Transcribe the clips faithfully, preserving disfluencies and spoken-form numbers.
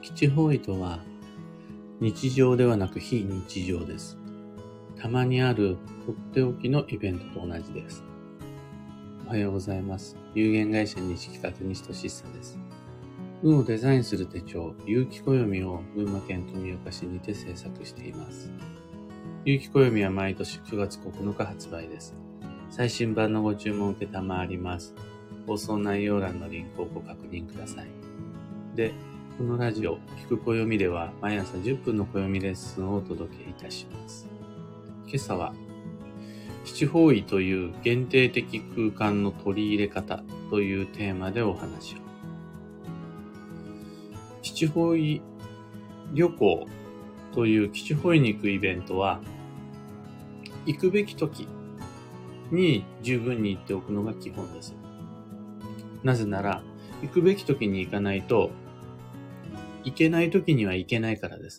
基地方位とは日常ではなく非日常です。たまにあるとっておきのイベントと同じです。おはようございます。有限会社西企画西俊久です。運をデザインする手帳、有機暦を群馬県富岡市にて制作しています。有機暦は毎年くがつここのか発売です。最新版のご注文を受けたまわります。放送内容欄のリンクをご確認ください。で、このラジオ、聞く暦では毎朝じゅっぷんの暦レッスンをお届けいたします。今朝は、基地方位という限定的空間の取り入れ方というテーマでお話を。基地方位旅行という基地方位に行くイベントは、行くべき時に十分に行っておくのが基本です。なぜなら、行くべき時に行かないと、行けない時には行けないからです。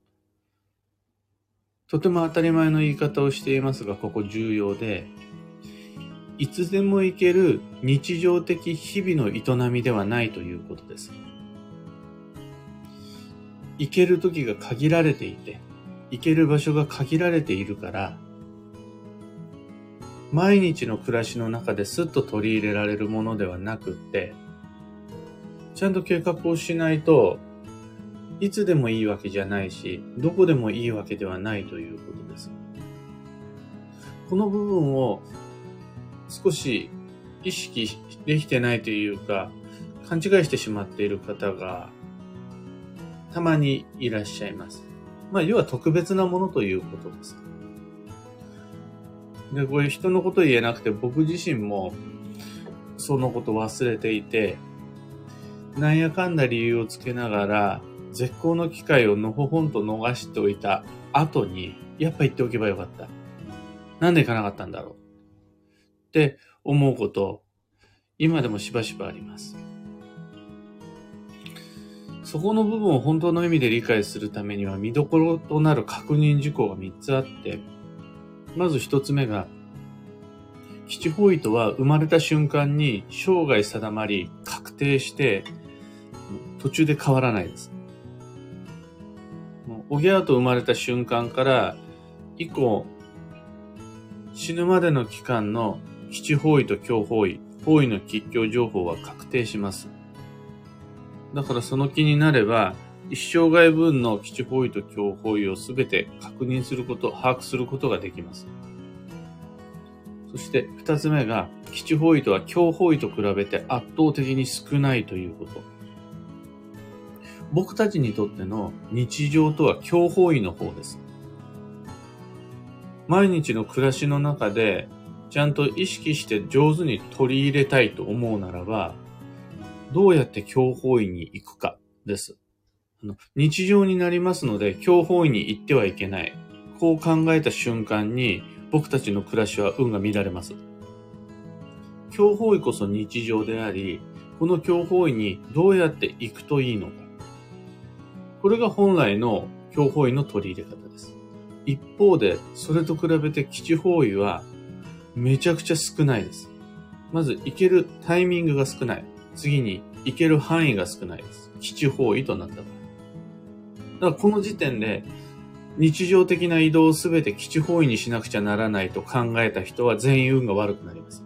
とても当たり前の言い方をしていますが、ここ重要で、いつでも行ける日常的日々の営みではないということです。行ける時が限られていて、行ける場所が限られているから、毎日の暮らしの中ですっと取り入れられるものではなくって、ちゃんと計画をしないと、いつでもいいわけじゃないし、どこでもいいわけではないということです。この部分を少し意識できてないというか、勘違いしてしまっている方がたまにいらっしゃいます。まあ、要は特別なものということです。で、これ人のこと言えなくて、僕自身もそのこと忘れていて、なんやかんだ理由をつけながら、絶好の機会をのほほんと逃しておいた後に、やっぱ行っておけばよかった。なんで行かなかったんだろうって思うこと、今でもしばしばあります。そこの部分を本当の意味で理解するためには、見どころとなる確認事項がみっつあって、まず一つ目が、基地方位とは生まれた瞬間に生涯定まり、確定して、途中で変わらないです。おぎゃーと生まれた瞬間から以降、死ぬまでの期間の基地方位と強方位、方位の吉凶情報は確定します。だからその気になれば、一生涯分の基地方位と強方位をすべて確認すること、把握することができます。そして二つ目が、基地方位とは強方位と比べて圧倒的に少ないということ。僕たちにとっての日常とは強方位の方です。毎日の暮らしの中でちゃんと意識して上手に取り入れたいと思うならば、どうやって強方位に行くかです。あの日常になりますので強方位に行ってはいけない。こう考えた瞬間に僕たちの暮らしは運が乱れます。強方位こそ日常であり、この強方位にどうやって行くといいのか。これが本来の強方位の取り入れ方です。一方で、それと比べて基地方位はめちゃくちゃ少ないです。まず、行けるタイミングが少ない。次に、行ける範囲が少ないです。基地方位となった場合。だからこの時点で、日常的な移動をすべて基地方位にしなくちゃならないと考えた人は全員運が悪くなります。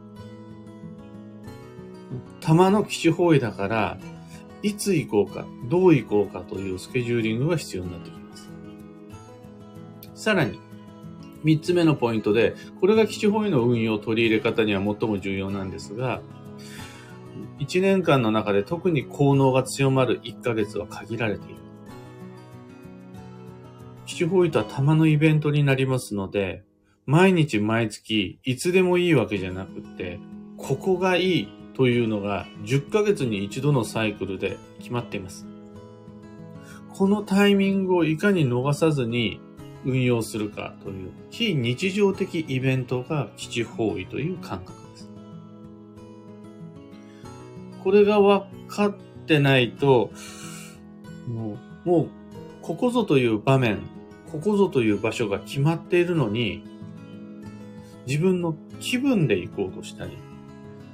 玉の基地方位だから、いつ行こうか、どう行こうかというスケジューリングが必要になってきます。さらに、三つ目のポイントで、これが基地方位の運用取り入れ方には最も重要なんですが、一年間の中で特に効能が強まるいっかげつは限られている。基地方位とは玉のイベントになりますので、毎日毎月いつでもいいわけじゃなくって、ここがいいというのがじゅっかげつに一度のサイクルで決まっています。このタイミングをいかに逃さずに運用するかという非日常的イベントが基地方位という感覚です。これが分かってないと、もう、もうここぞという場面、ここぞという場所が決まっているのに、自分の気分で行こうとしたり、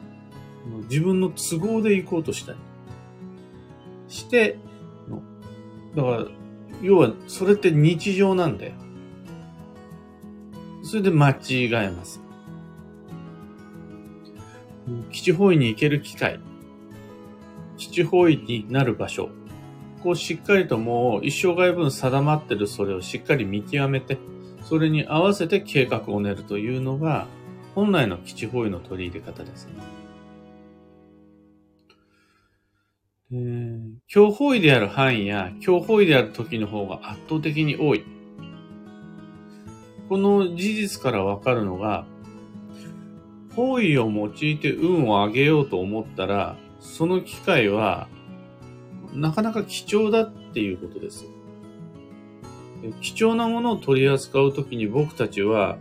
自分の都合で行こうとしたりして、 だから、要は、それって日常なんだよ。それで間違えます。基地方位に行ける機会、基地方位になる場所、こうしっかりともう一生涯分定まってるそれをしっかり見極めて、それに合わせて計画を練るというのが、本来の基地方位の取り入れ方です。えー、強方位である範囲や強方位である時の方が圧倒的に多い。この事実からわかるのが、方位を用いて運を上げようと思ったら、その機会はなかなか貴重だっていうことです。貴重なものを取り扱うときに僕たちは、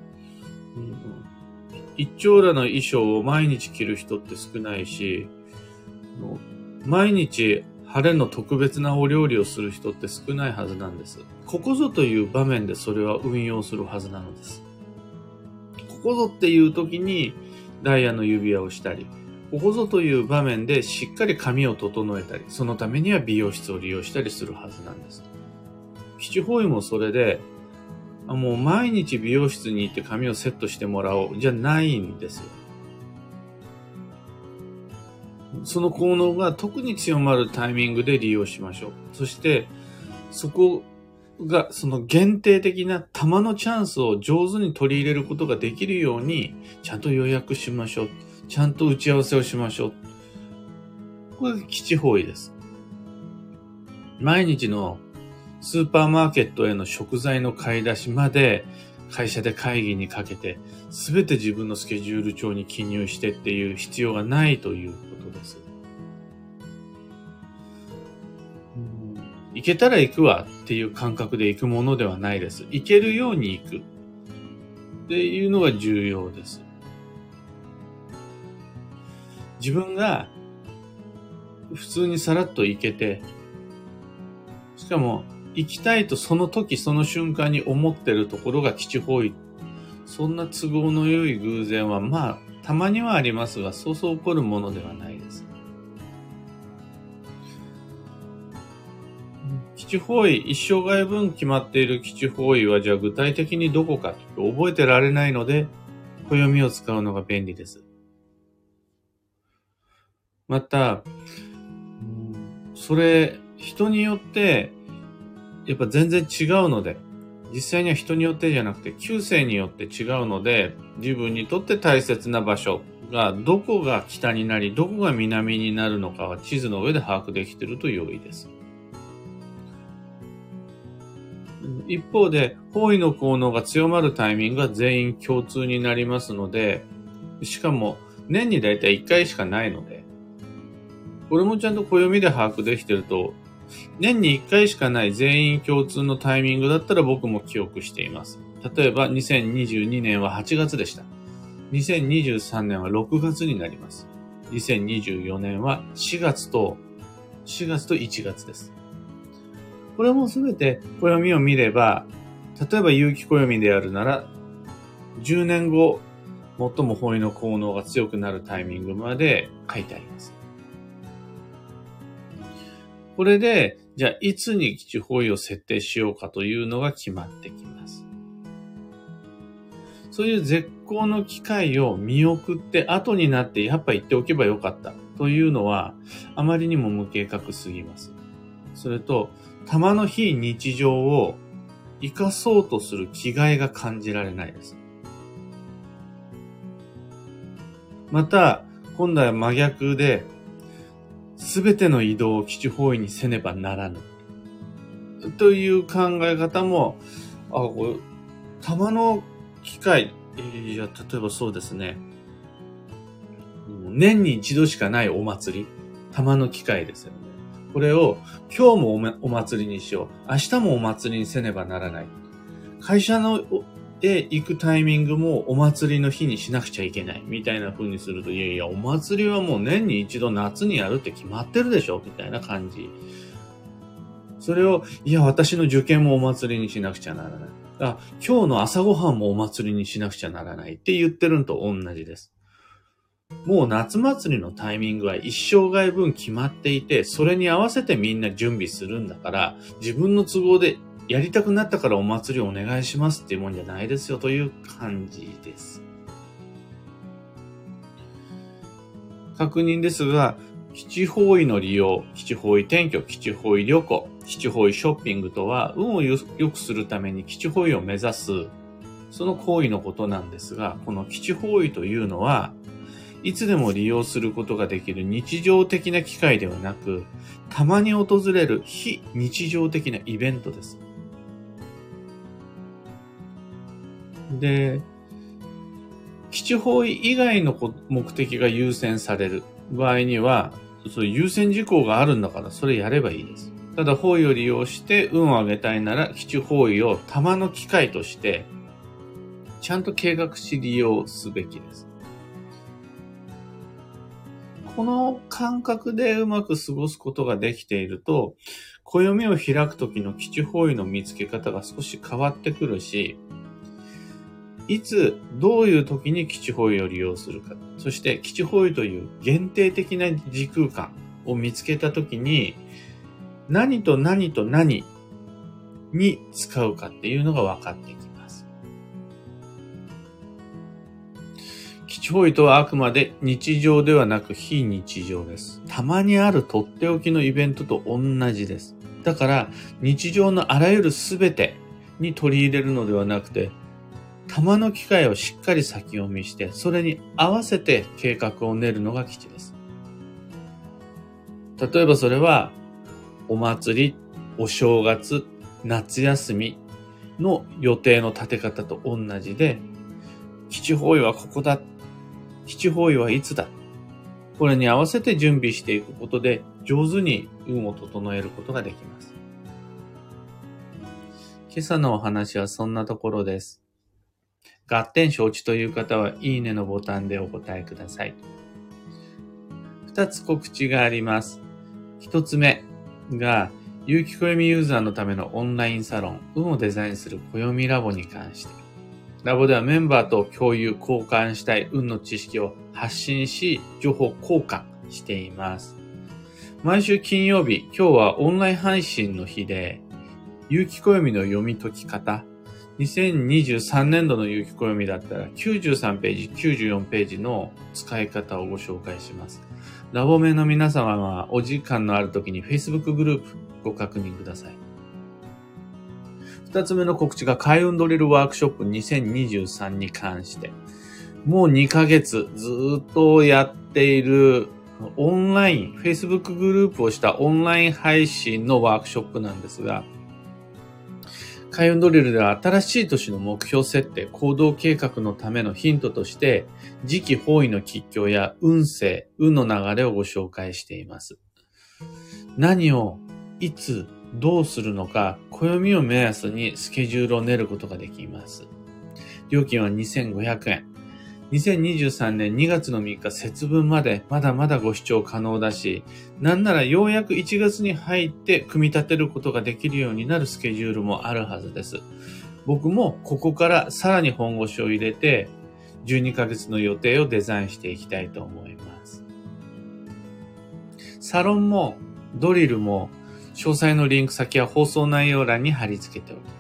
一張羅の衣装を毎日着る人って少ないし、毎日晴れの特別なお料理をする人って少ないはずなんです。ここぞという場面でそれは運用するはずなのです。ここぞっていう時にダイヤの指輪をしたり、ここぞという場面でしっかり髪を整えたり、そのためには美容室を利用したりするはずなんです。基地方位もそれで、もう毎日美容室に行って髪をセットしてもらおうじゃないんですよ。その効能が特に強まるタイミングで利用しましょう。そして、そこが、その限定的な玉のチャンスを上手に取り入れることができるように、ちゃんと予約しましょう。ちゃんと打ち合わせをしましょう。これが基地方位です。毎日のスーパーマーケットへの食材の買い出しまで、会社で会議にかけて、すべて自分のスケジュール帳に記入してっていう必要がないということです。行けたら行くわっていう感覚で行くものではないです。行けるように行くっていうのが重要です。自分が普通にさらっと行けて、しかも行きたいとその時その瞬間に思ってるところが基地方位。そんな都合の良い偶然はまあたまにはありますが、そうそう起こるものではないです。基地方位、一生涯分決まっている基地方位はじゃあ具体的にどこかと覚えてられないので、暦を使うのが便利です。また、それ人によってやっぱ全然違うので、実際には人によってじゃなくて九星によって違うので、自分にとって大切な場所がどこが北になり、どこが南になるのかは地図の上で把握できていると良いです。一方で、方位の効能が強まるタイミングが全員共通になりますので、しかも年にだいたいいっかいしかないので、これもちゃんと暦で把握できていると、年にいっかいしかない全員共通のタイミングだったら僕も記憶しています。例えばにせんにじゅうにねんははちがつでした。にせんにじゅうさんねんはろくがつになります。にせんにじゅうよねんはしがつと、しがつといちがつです。これもすべて暦を見れば、例えば有機暦であるなら、じゅうねんご、最も方位の効能が強くなるタイミングまで書いてあります。これで、じゃあいつに基地方位を設定しようかというのが決まってきます。そういう絶好の機会を見送って後になってやっぱ言っておけばよかったというのはあまりにも無計画すぎます。それと、玉の非日常を生かそうとする気概が感じられないです。また、今度は真逆で、すべての移動を基地方位にせねばならぬ。という考え方も、あ、これ、玉の機会、えー、じゃあ例えばそうですね。年に一度しかないお祭り。玉の機会ですよね。これを今日もお祭りにしよう。明日もお祭りにせねばならない。会社のへ行くタイミングもお祭りの日にしなくちゃいけない。みたいな風にすると、いやいや、お祭りはもう年に一度夏にやるって決まってるでしょみたいな感じ。それを、いや、私の受験もお祭りにしなくちゃならない。あ、今日の朝ごはんもお祭りにしなくちゃならないって言ってるのと同じです。 もう夏祭りのタイミングは一生涯分決まっていて、それに合わせてみんな準備するんだから、自分の都合でやりたくなったからお祭りをお願いしますっていうもんじゃないですよという感じです。確認ですが、基地方位の利用、基地方位転居、基地方位旅行、基地方位ショッピングとは、運を良くするために基地方位を目指す、その行為のことなんですが、この基地方位というのは、いつでも利用することができる日常的な機会ではなく、たまに訪れる非日常的なイベントです。で、基地方位以外の目的が優先される場合には、そういう優先事項があるんだからそれやればいいです。ただ方位を利用して運を上げたいなら基地方位をたまの機会としてちゃんと計画し利用すべきです。この感覚でうまく過ごすことができていると、暦を開くときの基地方位の見つけ方が少し変わってくるし、いつ、どういう時に基地方位を利用するか、そして基地方位という限定的な時空間を見つけた時に、何と何と何に使うかっていうのが分かってきます。基地方位とはあくまで日常ではなく非日常です。たまにあるとっておきのイベントと同じです。だから日常のあらゆるすべてに取り入れるのではなくて、たまの機会をしっかり先読みして、それに合わせて計画を練るのが基地です。例えばそれは、お祭り、お正月、夏休みの予定の立て方と同じで、基地方位はここだ。基地方位はいつだ。これに合わせて準備していくことで、上手に運を整えることができます。今朝のお話はそんなところです。合点承知という方はいいねのボタンでお答えください。二つ告知があります。一つ目が、有機暦ユーザーのためのオンラインサロン、運をデザインする暦ラボに関して。ラボではメンバーと共有、交換したい運の知識を発信し、情報交換しています。毎週金曜日、今日はオンライン配信の日で、有機暦の読み解き方、にせんにじゅうさんねんどの有機暦だったらきゅうじゅうさんページ、きゅうじゅうよんページの使い方をご紹介します。ラボ名の皆様はお時間のある時に Facebook グループご確認ください。二つ目の告知が開運ドリルワークショップにせんにじゅうさんに関して、もうにかげつずっとやっているオンライン、Facebook グループをしたオンライン配信のワークショップなんですが、開運ドリルでは新しい年の目標設定、行動計画のためのヒントとして、時期方位の吉凶や運勢、運の流れをご紹介しています。何を、いつ、どうするのか、暦を目安にスケジュールを練ることができます。料金はにせんごひゃくえん。にせんにじゅうさんねんにがつのみっか節分までまだまだご視聴可能だし、なんならようやくいちがつに入って組み立てることができるようになるスケジュールもあるはずです。僕もここからさらに本腰を入れてじゅうにかげつの予定をデザインしていきたいと思います。サロンもドリルも詳細のリンク先は放送内容欄に貼り付けておきます。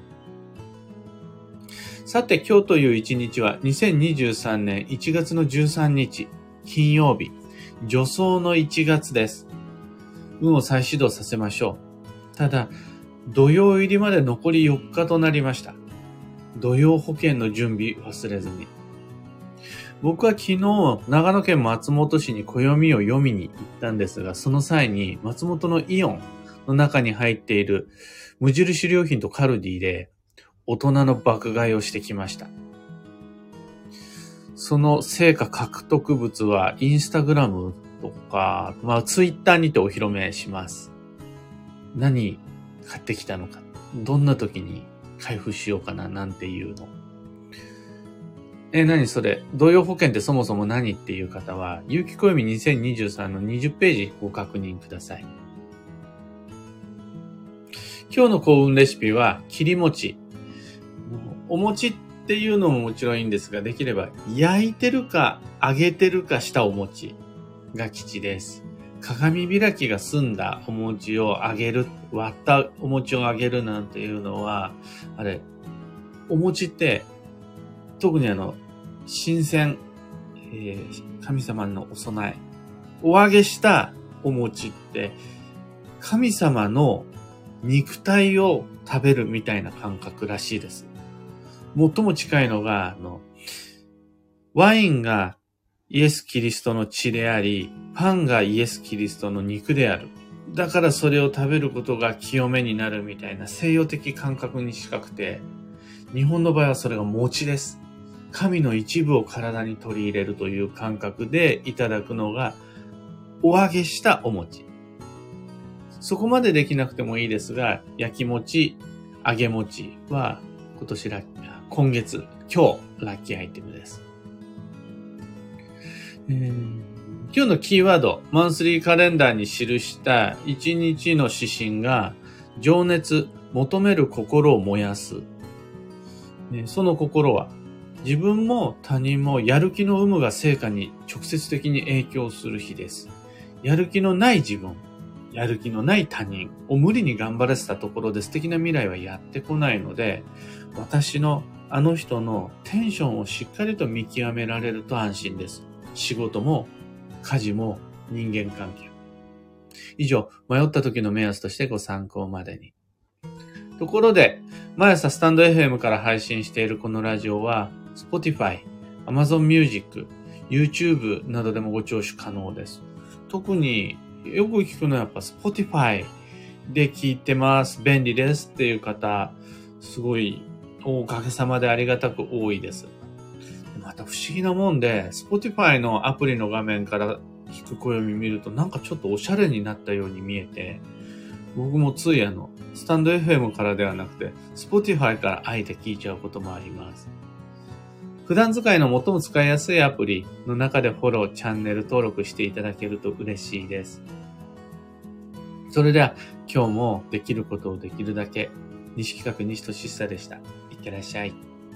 さて今日という一日はにせんにじゅうさんねんいちがつのじゅうさんにち金曜日、助走のいちがつです。運を再始動させましょう。ただ土曜入りまで残りよっかとなりました。土曜保険の準備忘れずに。僕は昨日長野県松本市に暦を読みに行ったんですが、その際に松本のイオンの中に入っている無印良品とカルディで大人の爆買いをしてきました。その成果獲得物はインスタグラムとか、まあツイッターにてお披露目します。何買ってきたのか、どんな時に開封しようかななんていうの。え、何それ、土曜保険ってそもそも何っていう方は、有機暦にせんにじゅうさんのにじゅっページご確認ください。今日の幸運レシピは切り餅。お餅っっていうのももちろんいいんですが、できれば焼いてるか揚げてるかしたお餅が吉です。鏡開きが済んだお餅を揚げる、割ったお餅を揚げるなんていうのは、あれ、お餅って、特にあの、新鮮、えー、神様のお供え、お揚げしたお餅って、神様の肉体を食べるみたいな感覚らしいです。最も近いのが、あの、ワインがイエス・キリストの血であり、パンがイエス・キリストの肉である。だからそれを食べることが清めになるみたいな西洋的感覚に近くて、日本の場合はそれが餅です。神の一部を体に取り入れるという感覚でいただくのが、お揚げしたお餅。そこまでできなくてもいいですが、焼き餅、揚げ餅は今年ラッキー、今月、今日ラッキーアイテムです。えー、今日のキーワード、マンスリーカレンダーに記したいちにちの指針が、情熱、求める心を燃やす。その心は、自分も他人もやる気の有無が成果に直接的に影響する日です。やる気のない自分、やる気のない他人を無理に頑張らせたところで素敵な未来はやってこないので、私のあの人のテンションをしっかりと見極められると安心です。仕事も家事も人間関係。以上、迷った時の目安としてご参考までに。ところで、毎朝スタンド エフエム から配信しているこのラジオは、Spotify、Amazon Music、YouTube などでもご聴取可能です。特によく聞くのはやっぱ Spotify で聞いてます。便利ですっていう方、すごいおかげさまでありがたく多いです。また不思議なもんで、Spotify のアプリの画面から聞く暦見るとなんかちょっとおしゃれになったように見えて、僕もついあの、スタンド エフエム からではなくて、Spotify からあえて聞いちゃうこともあります。普段使いの最も使いやすいアプリの中でフォロー、チャンネル登録していただけると嬉しいです。それでは、今日もできることをできるだけ、西企画西俊久でした。いってらっしゃい。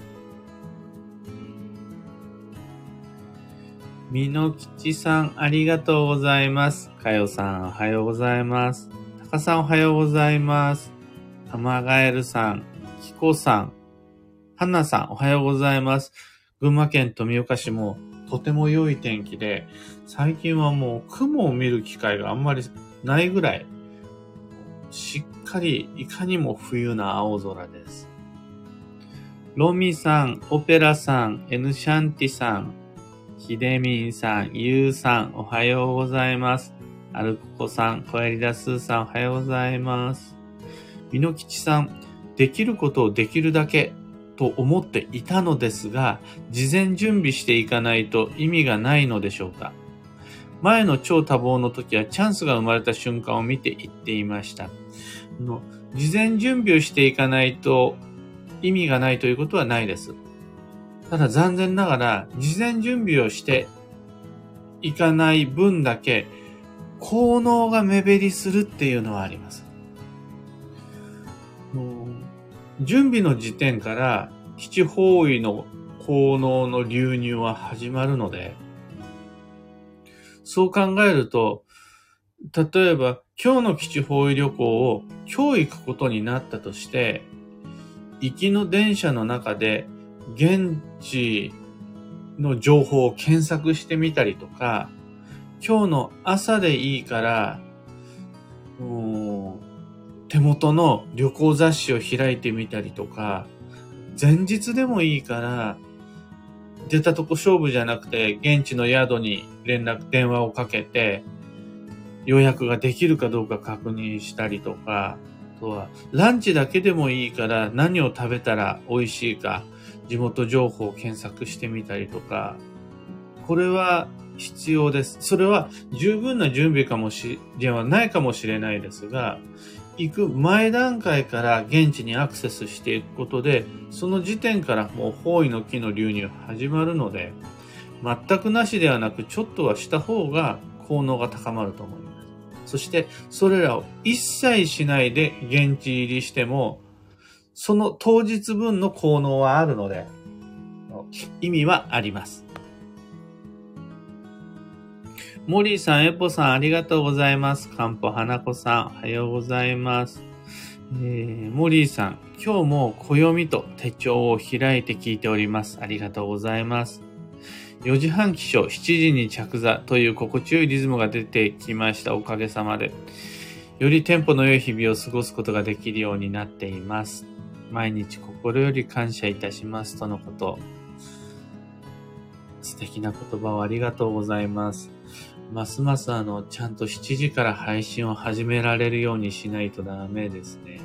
みのきちさん、ありがとうございます。かよさん、おはようございます。たかさん、おはようございます。たまがえるさん、きこさん、はなさん、おはようございます。群馬県富岡市もとても良い天気で、最近はもう雲を見る機会があんまりないぐらい、しっかりいかにも冬な青空です。ロミさん、オペラさん、エヌシャンティさん、ひでみんさん、ゆうさん、おはようございます。アルココさん、コエリダスーさん、おはようございます。みのきちさん、できることをできるだけと思っていたのですが、事前準備していかないと意味がないのでしょうか。前の超多忙の時はチャンスが生まれた瞬間を見て言っていました。の事前準備をしていかないと意味がないということはないです。ただ残念ながら事前準備をしていかない分だけ効能が目減りするっていうのはあります。準備の時点から基地方位の効能の流入は始まるので、そう考えると、例えば今日の基地方位旅行を今日行くことになったとして、行きの電車の中で現地の情報を検索してみたりとか、今日の朝でいいから、手元の旅行雑誌を開いてみたりとか、前日でもいいから、出たとこ勝負じゃなくて、現地の宿に連絡、電話をかけて、予約ができるかどうか確認したりとか、あとは、ランチだけでもいいから何を食べたら美味しいか、地元情報を検索してみたりとか、これは必要です。それは十分な準備かもしれないかもしれないですが、行く前段階から現地にアクセスしていくことで、その時点からもう方位の気の流入始まるので、全くなしではなくちょっとはした方が効能が高まると思います。そしてそれらを一切しないで現地入りしても、その当日分の効能はあるので、 意味はあります。モリーさん、エポさん、ありがとうございます。かんぽ花子さん、おはようございます。えー、モリーさん、今日も暦と手帳を開いて聞いております。ありがとうございます。よじはん起床、しちじに着座という心地よいリズムが出てきました。おかげさまで。よりテンポの良い日々を過ごすことができるようになっています。毎日心より感謝いたしますとのこと。素敵な言葉をありがとうございます。ますますあの、ちゃんとしちじから配信を始められるようにしないとダメですね。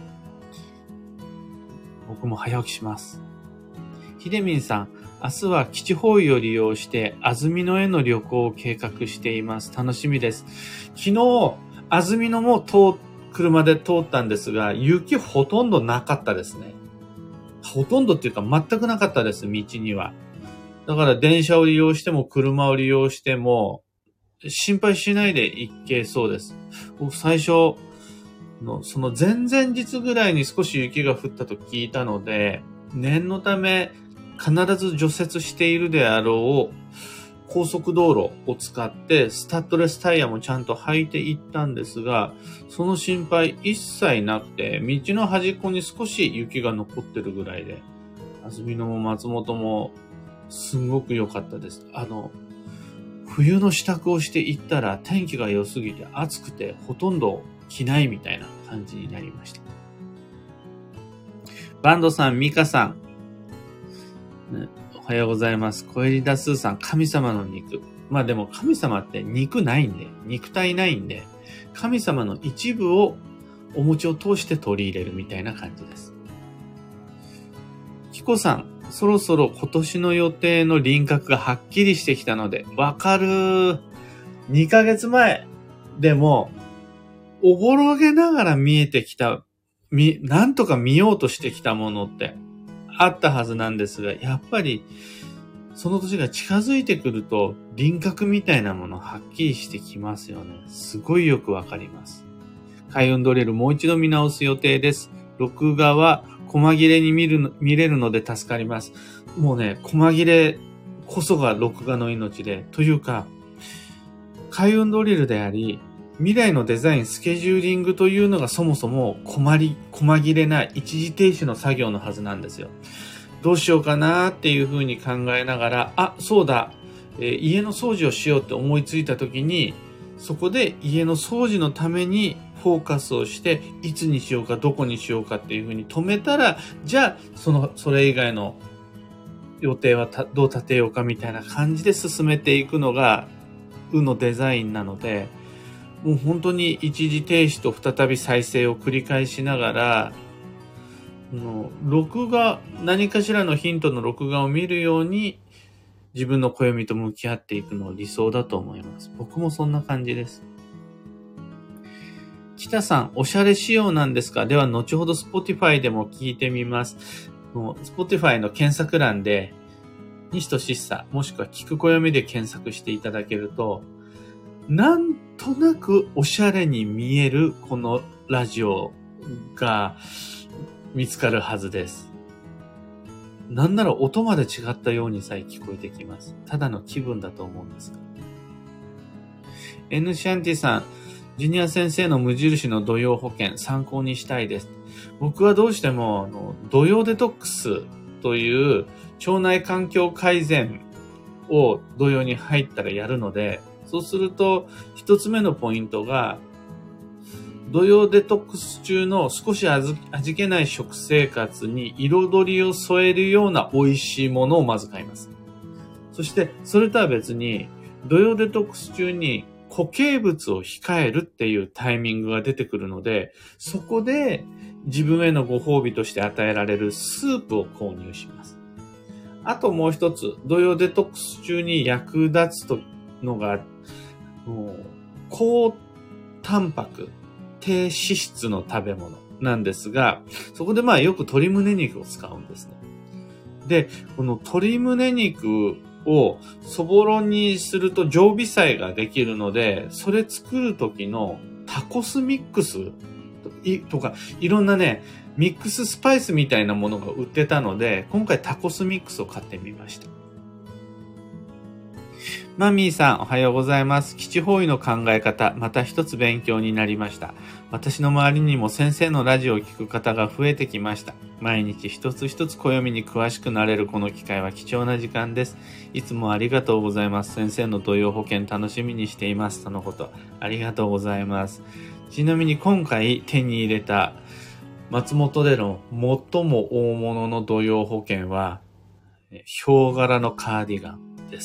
僕も早起きします。ひでみんさん、明日は基地方位を利用して安曇野への旅行を計画しています。楽しみです。昨日、安曇野も通、車で通ったんですが、雪ほとんどなかったですね。ほとんどっていうか全くなかったです、道には。だから電車を利用しても車を利用しても、心配しないで行けそうです。僕最初の、その前々日ぐらいに少し雪が降ったと聞いたので、念のため必ず除雪しているであろう高速道路を使ってスタッドレスタイヤもちゃんと履いていったんですが、その心配一切なくて、道の端っこに少し雪が残ってるぐらいで、安曇野も松本もすごく良かったです。あの、冬の支度をしていったら天気が良すぎて暑くてほとんど着ないみたいな感じになりました。バンドさん、ミカさん、ね、おはようございます。コエリダスーさん、神様の肉。まあでも神様って肉ないんで、肉体ないんで、神様の一部をお餅を通して取り入れるみたいな感じです。キコさん、そろそろ今年の予定の輪郭がはっきりしてきたので、わかるー。にかげつまえでも、おぼろげながら見えてきた、み、なんとか見ようとしてきたものってあったはずなんですが、やっぱりその年が近づいてくると輪郭みたいなものはっきりしてきますよね。すごいよくわかります。開運ドリルもう一度見直す予定です。録画は細切れに見るの、見れるので助かります。もうね、細切れこそが録画の命で、というか、開運ドリルであり、未来のデザイン、スケジューリングというのがそもそも細り、細切れな一時停止の作業のはずなんですよ。どうしようかなっていうふうに考えながら、あ、そうだ、えー、家の掃除をしようって思いついた時に、そこで家の掃除のためにフォーカスをして、いつにしようか、どこにしようかっていうふうに止めたら、じゃあ、その、それ以外の予定はたどう立てようかみたいな感じで進めていくのが、運のデザインなので、もう本当に一時停止と再び再生を繰り返しながら、の録画、何かしらのヒントの録画を見るように自分の暦と向き合っていくのを理想だと思います。僕もそんな感じです。北さん、おしゃれ仕様なんですか？では後ほど Spotify でも聞いてみます。もう Spotify の検索欄で西俊久もしくは聞く暦で検索していただけると、なんとなくおしゃれに見えるこのラジオが見つかるはずです。なんなら音まで違ったようにさえ聞こえてきます。ただの気分だと思うんですが。N シャンティさん、ジュニア先生の無印の土曜保険参考にしたいです。僕はどうしてもあの土曜デトックスという腸内環境改善を土曜に入ったらやるので、そうすると一つ目のポイントが土曜デトックス中の少し味気ない食生活に彩りを添えるような美味しいものをまず買います。そしてそれとは別に土曜デトックス中に固形物を控えるっていうタイミングが出てくるので、そこで自分へのご褒美として与えられるスープを購入します。あともう一つ、土曜デトックス中に役立つのが、もう高タンパク、低脂質の食べ物なんですが、そこでまあよく鶏胸肉を使うんですね。で、この鶏胸肉をそぼろにすると常備菜ができるので、それ作る時のタコスミックス、 いとか、いろんなね、ミックススパイスみたいなものが売ってたので、今回タコスミックスを買ってみました。マミーさん、おはようございます。基地方位の考え方、また一つ勉強になりました。私の周りにも先生のラジオを聞く方が増えてきました。毎日一つ一つ暦に詳しくなれるこの機会は貴重な時間です。いつもありがとうございます。先生の土曜保険楽しみにしています。とのこと。ありがとうございます。ちなみに今回手に入れた松本での最も大物の土曜保険は、ヒョウ柄のカーディガンです。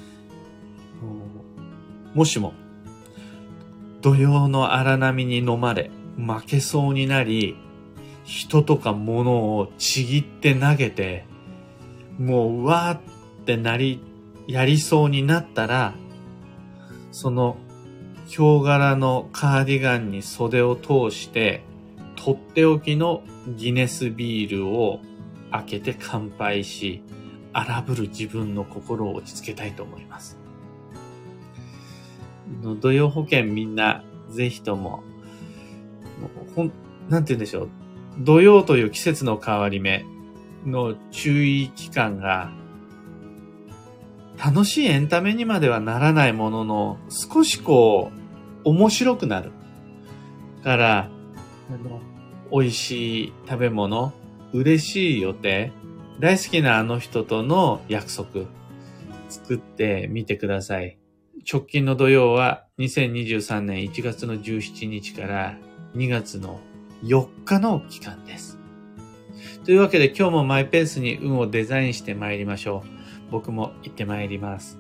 もしも、土曜の荒波に飲まれ、負けそうになり、人とか物をちぎって投げて、もう、うわーってなり、やりそうになったら、その、ヒョウ柄のカーディガンに袖を通して、とっておきのギネスビールを開けて乾杯し、荒ぶる自分の心を落ち着けたいと思います。土曜保険みんなぜひとも、ほん、なんて言うんでしょう。土曜という季節の変わり目の注意期間が、楽しいエンタメにまではならないものの、少しこう、面白くなる。から、あの、美味しい食べ物、嬉しい予定、大好きなあの人との約束、作ってみてください。直近の土曜はにせんにじゅうさんねんいちがつのじゅうしちにちからにがつのよっかの期間です。というわけで今日もマイペースに運をデザインして参りましょう。僕も行って参ります。